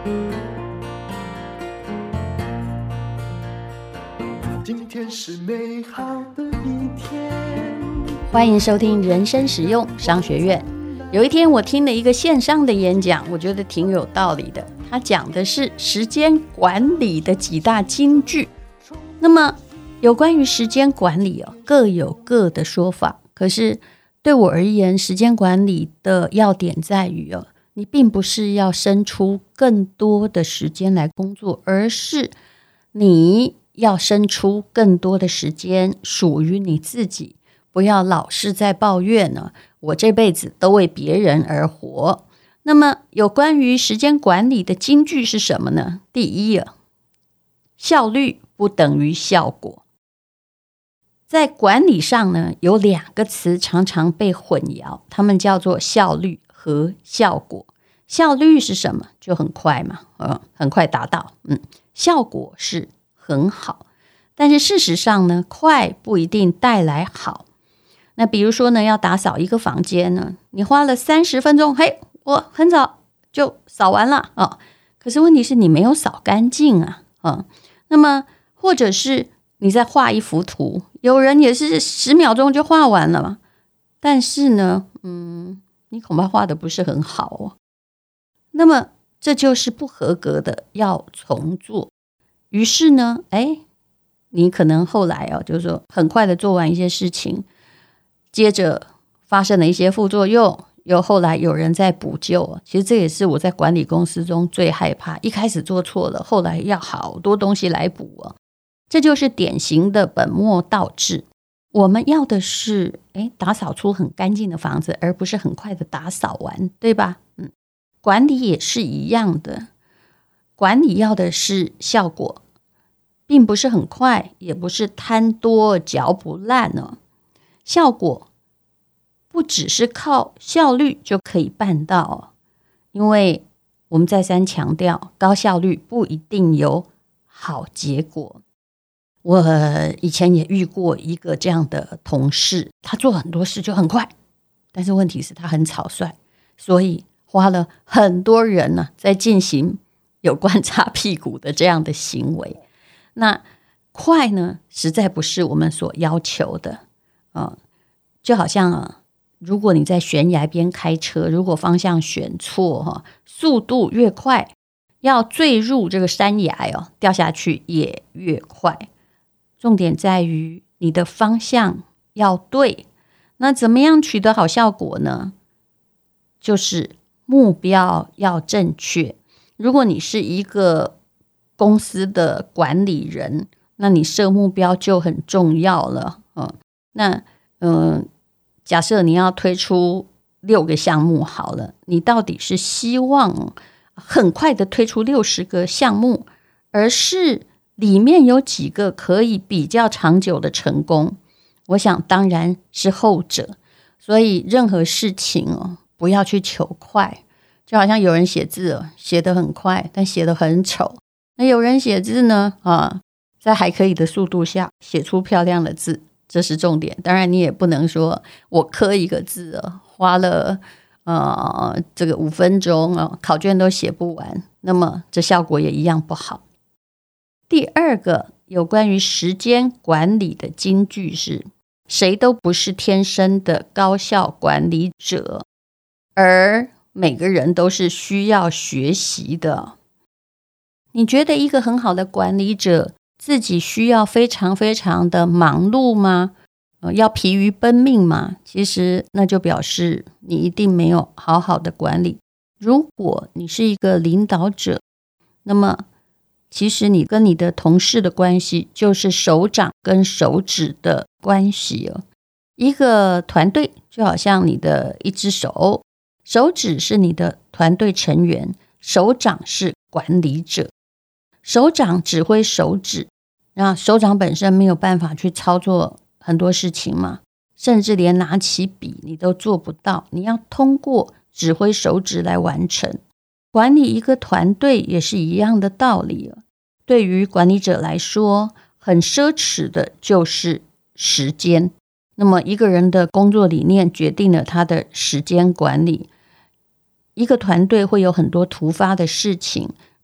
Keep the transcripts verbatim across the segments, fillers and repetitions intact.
今天是美好的一天。 欢迎收听人生实用商学院。有一天我听了一个线上的演讲，我觉得挺有道理的。他讲的是时间管理的几大金句。那么有关于时间管理、哦、各有各的说法，可是对我而言，时间管理的要点在于、哦、你并不是要生出更多的时间来工作，而是你要生出更多的时间属于你自己，不要老是在抱怨呢，我这辈子都为别人而活。那么有关于时间管理的金句是什么呢？第一啊，效率不等于效果。在管理上呢，有两个词常常被混淆，它们叫做效率和效果。效率是什么？就很快嘛，嗯，很快达到。嗯，效果是很好，但是事实上呢，快不一定带来好。那比如说呢，要打扫一个房间呢，你花了三十分钟，嘿，我很早就扫完了啊、哦。可是问题是你没有扫干净啊，啊、嗯。那么或者是你在画一幅图，有人也是十秒钟就画完了嘛，但是呢，嗯，你恐怕画的不是很好哦。那么这就是不合格的，要重做。于是呢，哎，你可能后来哦，就是说很快的做完一些事情，接着发生了一些副作用，又后来有人在补救。其实这也是我在管理公司中最害怕，一开始做错了，后来要好多东西来补哦。这就是典型的本末倒置。我们要的是哎，打扫出很干净的房子，而不是很快的打扫完，对吧？嗯，管理也是一样的。管理要的是效果，并不是很快，也不是贪多嚼不烂哦。效果不只是靠效率就可以办到哦，因为我们再三强调，高效率不一定有好结果。我以前也遇过一个这样的同事，他做很多事就很快，但是问题是他很草率，所以花了很多人呢、啊、在进行有关擦屁股的这样的行为。那快呢，实在不是我们所要求的、呃、就好像啊，如果你在悬崖边开车，如果方向选错、啊、速度越快，要坠入这个山崖、哦、掉下去也越快。重点在于你的方向要对。那怎么样取得好效果呢？就是目标要正确。如果你是一个公司的管理人，那你设目标就很重要了。嗯，那嗯，假设你要推出六个项目好了，你到底是希望很快的推出六十个项目，而是里面有几个可以比较长久的成功？我想当然是后者。所以任何事情哦，不要去求快。就好像有人写字哦，写得很快，但写得很丑。那有人写字呢，啊，在还可以的速度下写出漂亮的字，这是重点。当然你也不能说我刻一个字哦，花了呃这个五分钟哦，考卷都写不完，那么这效果也一样不好。第二个有关于时间管理的金句是：谁都不是天生的高效管理者，而每个人都是需要学习的。你觉得一个很好的管理者自己需要非常非常的忙碌吗？呃、要疲于奔命吗？其实那就表示你一定没有好好的管理。如果你是一个领导者，那么其实你跟你的同事的关系就是手掌跟手指的关系哦。一个团队就好像你的一只手，手指是你的团队成员，手掌是管理者。手掌指挥手指，那手掌本身没有办法去操作很多事情嘛，甚至连拿起笔你都做不到，你要通过指挥手指来完成。管理一个团队也是一样的道理。对于管理者来说，很奢侈的就是时间。那么一个人的工作理念决定了他的时间管理。一个团队会有很多突发的事情，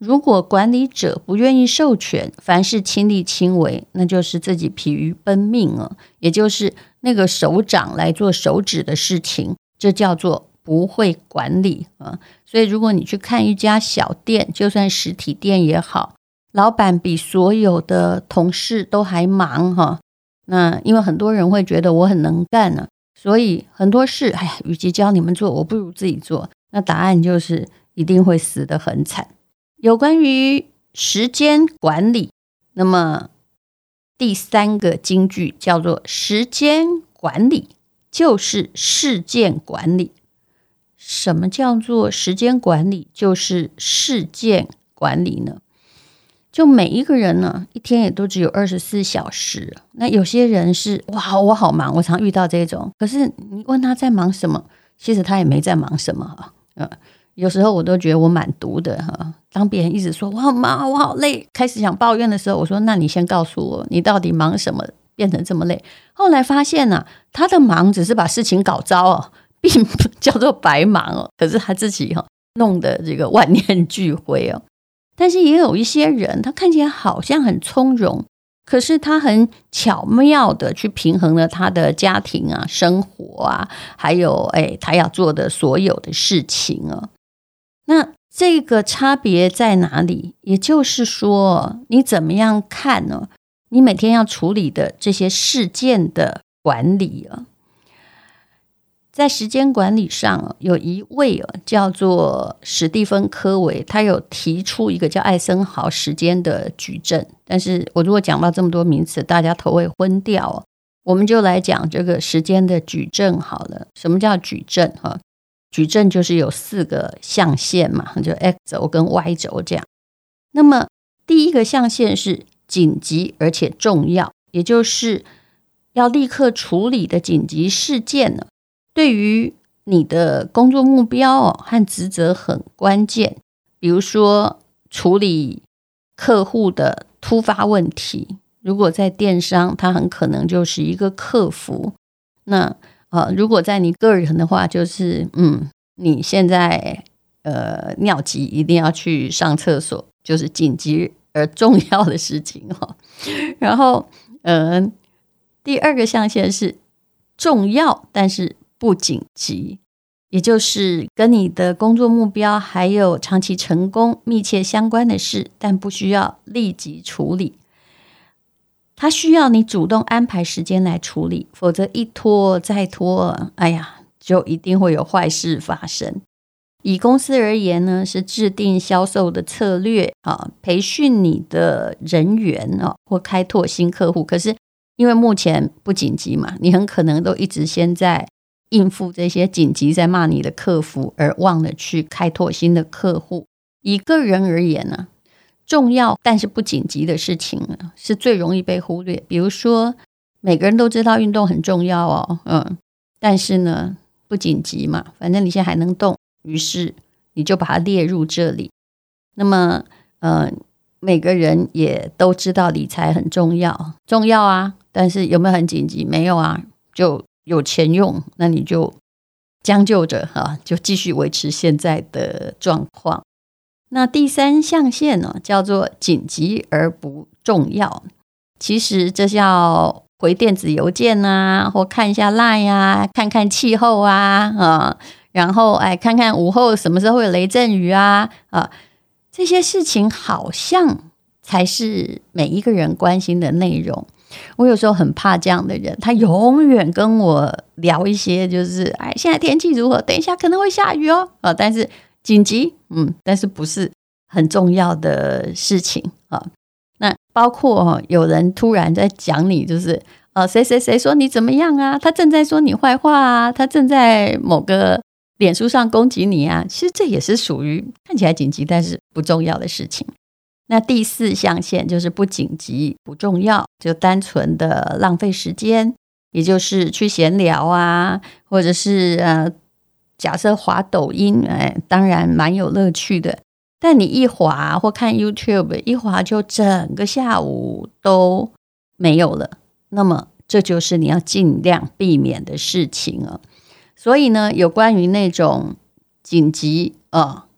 如果管理者不愿意授权，凡事亲力亲为，那就是自己疲于奔命了，也就是那个首长来做首指的事情，这叫做不会管理啊。所以如果你去看一家小店，就算实体店也好，老板比所有的同事都还忙哈。那因为很多人会觉得我很能干呢，所以很多事，哎呀，与其教你们做，我不如自己做。那答案就是一定会死得很惨。有关于时间管理，那么第三个金句叫做时间管理就是事件管理。什么叫做时间管理就是事件管理呢？就每一个人呢，一天也都只有二十四小时。那有些人是哇，我好忙，我常遇到这种。可是你问他在忙什么，其实他也没在忙什么哈。嗯，有时候我都觉得我蛮毒的哈。当别人一直说我好忙，我好累，开始想抱怨的时候，我说那你先告诉我，你到底忙什么，变成这么累？后来发现啊，他的忙只是把事情搞糟哦，并不叫做白忙哦。可是他自己哈、哦、弄得这个万念俱灰哦。但是也有一些人，他看起来好像很从容，可是他很巧妙的去平衡了他的家庭啊、生活啊，还有哎他要做的所有的事情啊。那这个差别在哪里？也就是说，你怎么样看呢？你每天要处理的这些事件的管理啊，在时间管理上有一位叫做史蒂芬·科维，他有提出一个叫艾森豪时间的矩阵。但是我如果讲到这么多名词，大家头会昏掉，我们就来讲这个时间的矩阵好了。什么叫矩阵？矩阵就是有四个象限嘛，就 X 轴跟 Y 轴这样。那么第一个象限是紧急而且重要，也就是要立刻处理的紧急事件呢，对于你的工作目标和职责很关键。比如说处理客户的突发问题，如果在电商，它很可能就是一个客服。那呃，如果在你个人的话，就是嗯，你现在呃尿急，一定要去上厕所，就是紧急而重要的事情哈。然后呃，第二个象限是重要但是不紧急，也就是跟你的工作目标还有长期成功密切相关的事，但不需要立即处理。它需要你主动安排时间来处理，否则一拖再拖，哎呀，就一定会有坏事发生。以公司而言呢，是制定销售的策略啊，培训你的人员啊，或开拓新客户。可是因为目前不紧急嘛，你很可能都一直先在应付这些紧急在骂你的客服，而忘了去开拓新的客户。以个人而言呢，重要但是不紧急的事情是最容易被忽略。比如说每个人都知道运动很重要哦，嗯，但是呢不紧急嘛，反正你现在还能动，于是你就把它列入这里。那么呃，每个人也都知道理财很重要，重要啊，但是有没有很紧急？没有啊，就有钱用，那你就将就着哈，就继续维持现在的状况。那第三象限呢，叫做紧急而不重要。其实这是要回电子邮件啊，或看一下 LINE 啊，看看气候啊，啊然后哎，看看午后什么时候会有雷阵雨啊，啊，这些事情好像才是每一个人关心的内容。我有时候很怕这样的人，他永远跟我聊一些就是哎，现在天气如何？等一下可能会下雨哦，啊，但是紧急，嗯，但是不是很重要的事情啊。那包括有人突然在讲你，就是呃，谁谁谁说你怎么样啊？他正在说你坏话啊，他正在某个脸书上攻击你啊。其实这也是属于看起来紧急但是不重要的事情。那第四象限就是不紧急不重要，就单纯的浪费时间，也就是去闲聊啊，或者是呃，假设滑抖音，哎，当然蛮有乐趣的，但你一滑或看 YouTube 一滑就整个下午都没有了，那么这就是你要尽量避免的事情了。所以呢，有关于那种紧急呃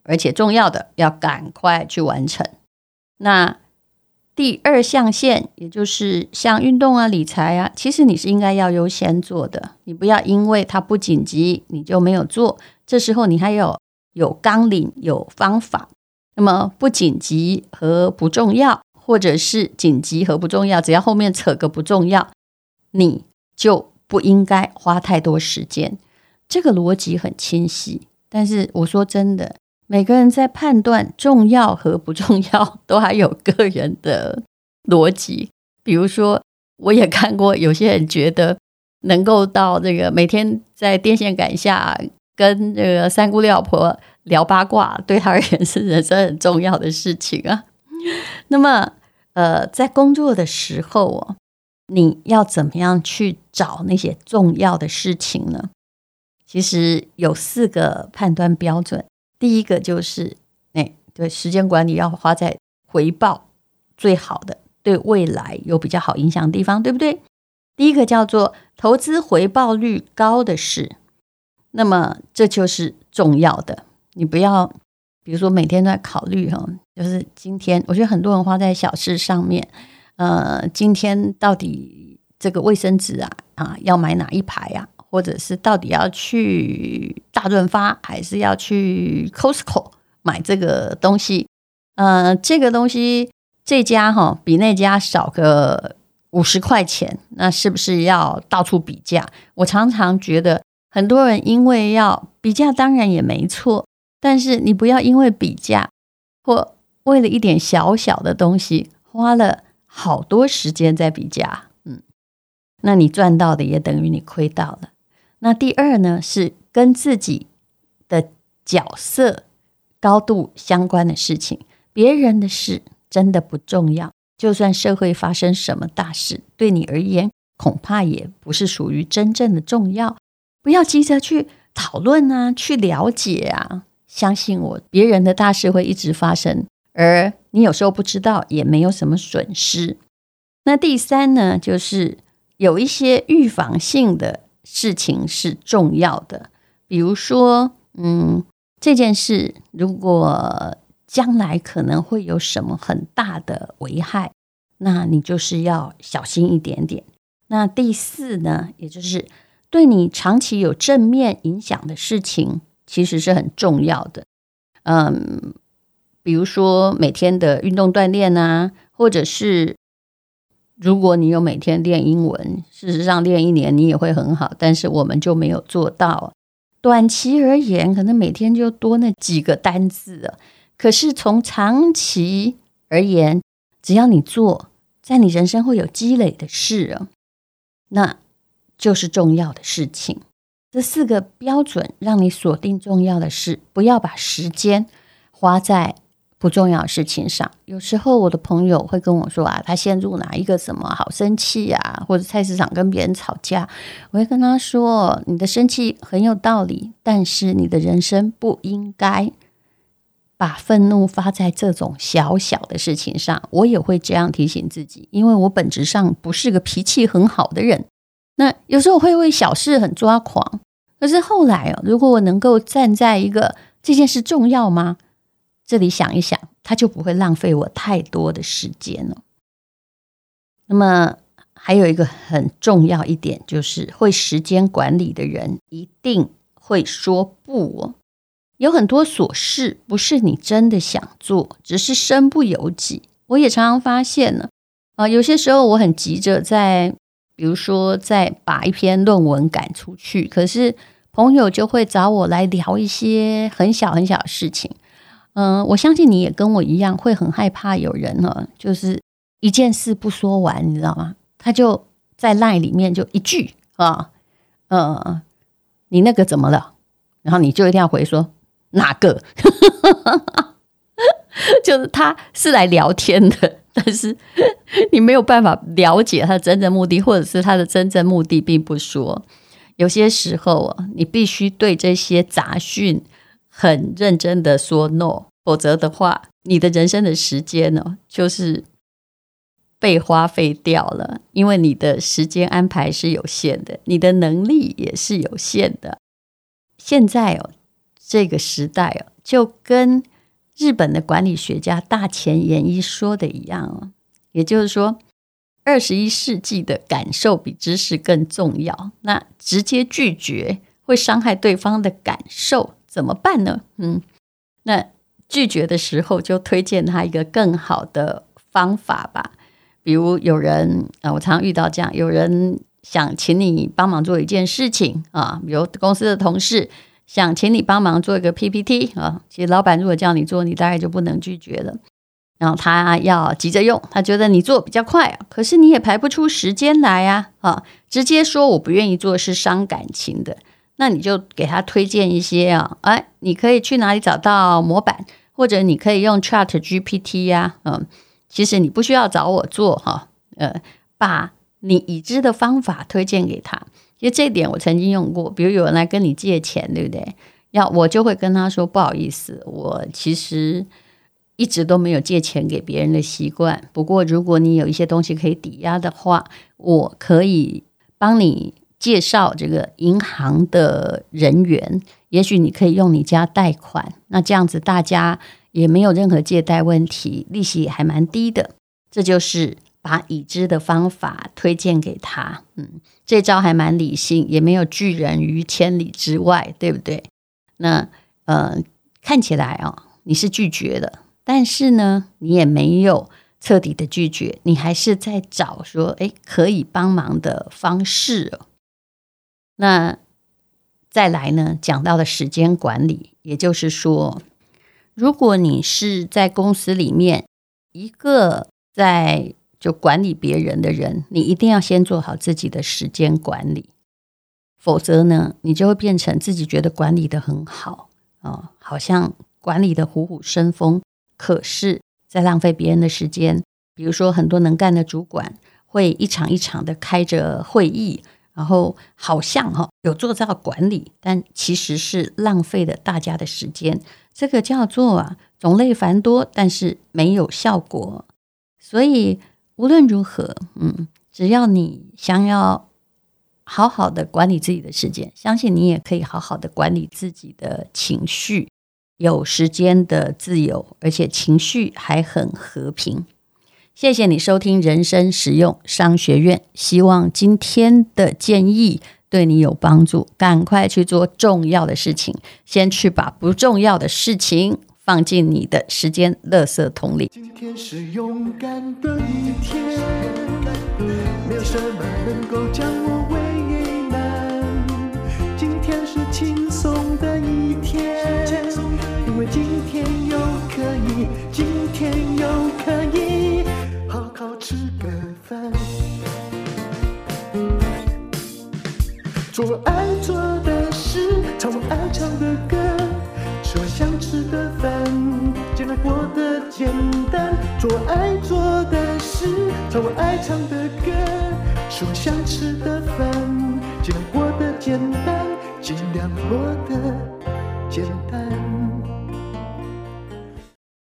而且重要的要赶快去完成。那第二象限，也就是像运动啊、理财啊，其实你是应该要优先做的，你不要因为它不紧急你就没有做，这时候你还有有纲领、有方法。那么不紧急和不重要，或者是紧急和不重要，只要后面扯个不重要，你就不应该花太多时间。这个逻辑很清晰，但是我说真的，每个人在判断重要和不重要都还有个人的逻辑。比如说我也看过有些人觉得能够到这个每天在电线杆下跟这个三姑六婆聊八卦，对他而言是人生很重要的事情啊。那么呃，在工作的时候哦，你要怎么样去找那些重要的事情呢？其实有四个判断标准。第一个就是，哎，对，时间管理要花在回报最好的，对未来有比较好影响的地方，对不对？第一个叫做投资回报率高的事，那么这就是重要的。你不要比如说每天都在考虑就是今天我觉得很多人花在小事上面，呃，今天到底这个卫生纸啊啊要买哪一排啊，或者是到底要去大润发还是要去 Costco 买这个东西，呃，这个东西这家哈比那家少个五十块钱，那是不是要到处比价？我常常觉得很多人因为要比价，当然也没错，但是你不要因为比价或为了一点小小的东西花了好多时间在比价，嗯，那你赚到的也等于你亏到了。那第二呢，是跟自己的角色高度相关的事情，别人的事真的不重要，就算社会发生什么大事，对你而言恐怕也不是属于真正的重要。不要急着去讨论啊，去了解啊，相信我，别人的大事会一直发生，而你有时候不知道也没有什么损失。那第三呢，就是有一些预防性的事情是重要的，比如说嗯，这件事如果将来可能会有什么很大的危害，那你就是要小心一点点。那第四呢，也就是对你长期有正面影响的事情其实是很重要的，嗯，比如说每天的运动锻炼啊，或者是如果你有每天练英文，事实上练一年你也会很好，但是我们就没有做到。短期而言可能每天就多那几个单字，可是从长期而言，只要你做，在你人生会有积累的事，那就是重要的事情。这四个标准让你锁定重要的事，不要把时间花在不重要的事情上。有时候我的朋友会跟我说啊，他陷入哪一个什么好生气啊，或者菜市场跟别人吵架，我会跟他说，你的生气很有道理，但是你的人生不应该把愤怒发在这种小小的事情上。我也会这样提醒自己，因为我本质上不是个脾气很好的人，那有时候我会为小事很抓狂，可是后来、哦、如果我能够站在一个这件事重要吗这里想一想，它就不会浪费我太多的时间了。那么还有一个很重要一点，就是会时间管理的人一定会说不哦。有很多琐事不是你真的想做，只是身不由己。我也常常发现呢，呃，有些时候我很急着在比如说再把一篇论文赶出去，可是朋友就会找我来聊一些很小很小的事情。嗯、呃，我相信你也跟我一样会很害怕有人呢，就是一件事不说完，你知道吗？他就在 LINE 里面就一句啊，呃，你那个怎么了？然后你就一定要回说哪个？就是他是来聊天的，但是你没有办法了解他的真正目的，或者是他的真正目的并不说。有些时候你必须对这些杂讯很认真的说 no， 否则的话你的人生的时间呢，就是被花费掉了。因为你的时间安排是有限的，你的能力也是有限的。现在哦，这个时代哦， 就跟日本的管理学家大前研一说的一样哦，也就是说二十一世纪的感受比知识更重要。那直接拒绝会伤害对方的感受，怎么办呢？嗯，那拒绝的时候就推荐他一个更好的方法吧。比如有人、呃、我常常遇到这样，有人想请你帮忙做一件事情啊，比如公司的同事想请你帮忙做一个 P P T 啊，其实老板如果叫你做，你大概就不能拒绝了。然后他要急着用，他觉得你做比较快啊，可是你也排不出时间来啊，啊，直接说我不愿意做是伤感情的。那你就给他推荐一些啊，哎，你可以去哪里找到模板，或者你可以用 Chat G P T 呀、啊，嗯，其实你不需要找我做哈、啊，呃，把你已知的方法推荐给他。其实这一点我曾经用过，比如有人来跟你借钱，对不对？要我就会跟他说，不好意思，我其实一直都没有借钱给别人的习惯。不过如果你有一些东西可以抵押的话，我可以帮你介绍这个银行的人员，也许你可以用你家贷款，那这样子大家也没有任何借贷问题，利息也还蛮低的。这就是把已知的方法推荐给他，嗯，这招还蛮理性，也没有拒人于千里之外，对不对？那呃，看起来哦，你是拒绝的，但是呢，你也没有彻底的拒绝，你还是在找说，哎，可以帮忙的方式哦。那再来呢，讲到的时间管理，也就是说，如果你是在公司里面一个在就管理别人的人，你一定要先做好自己的时间管理，否则呢，你就会变成自己觉得管理的很好、哦、好像管理的虎虎生风，可是在浪费别人的时间。比如说很多能干的主管会一场一场的开着会议，然后好像、哦、有做到管理，但其实是浪费了大家的时间。这个叫做啊，种类繁多，但是没有效果。所以无论如何，嗯，只要你想要好好的管理自己的时间，相信你也可以好好的管理自己的情绪，有时间的自由，而且情绪还很和平。谢谢你收听人生实用商学院，希望今天的建议对你有帮助，赶快去做重要的事情，先去把不重要的事情放进你的时间垃圾桶里。 今天是勇敢的一天，没有什么能够将我为难。今天是轻松的一天，因为今天又可以，今天又可以好好吃个饭，做我爱做的事，唱我爱唱的歌，吃我想吃的饭，尽量过得简单。做我爱做的事，唱我爱唱的歌，吃我想吃的饭，尽量过得简单，尽量过得简单。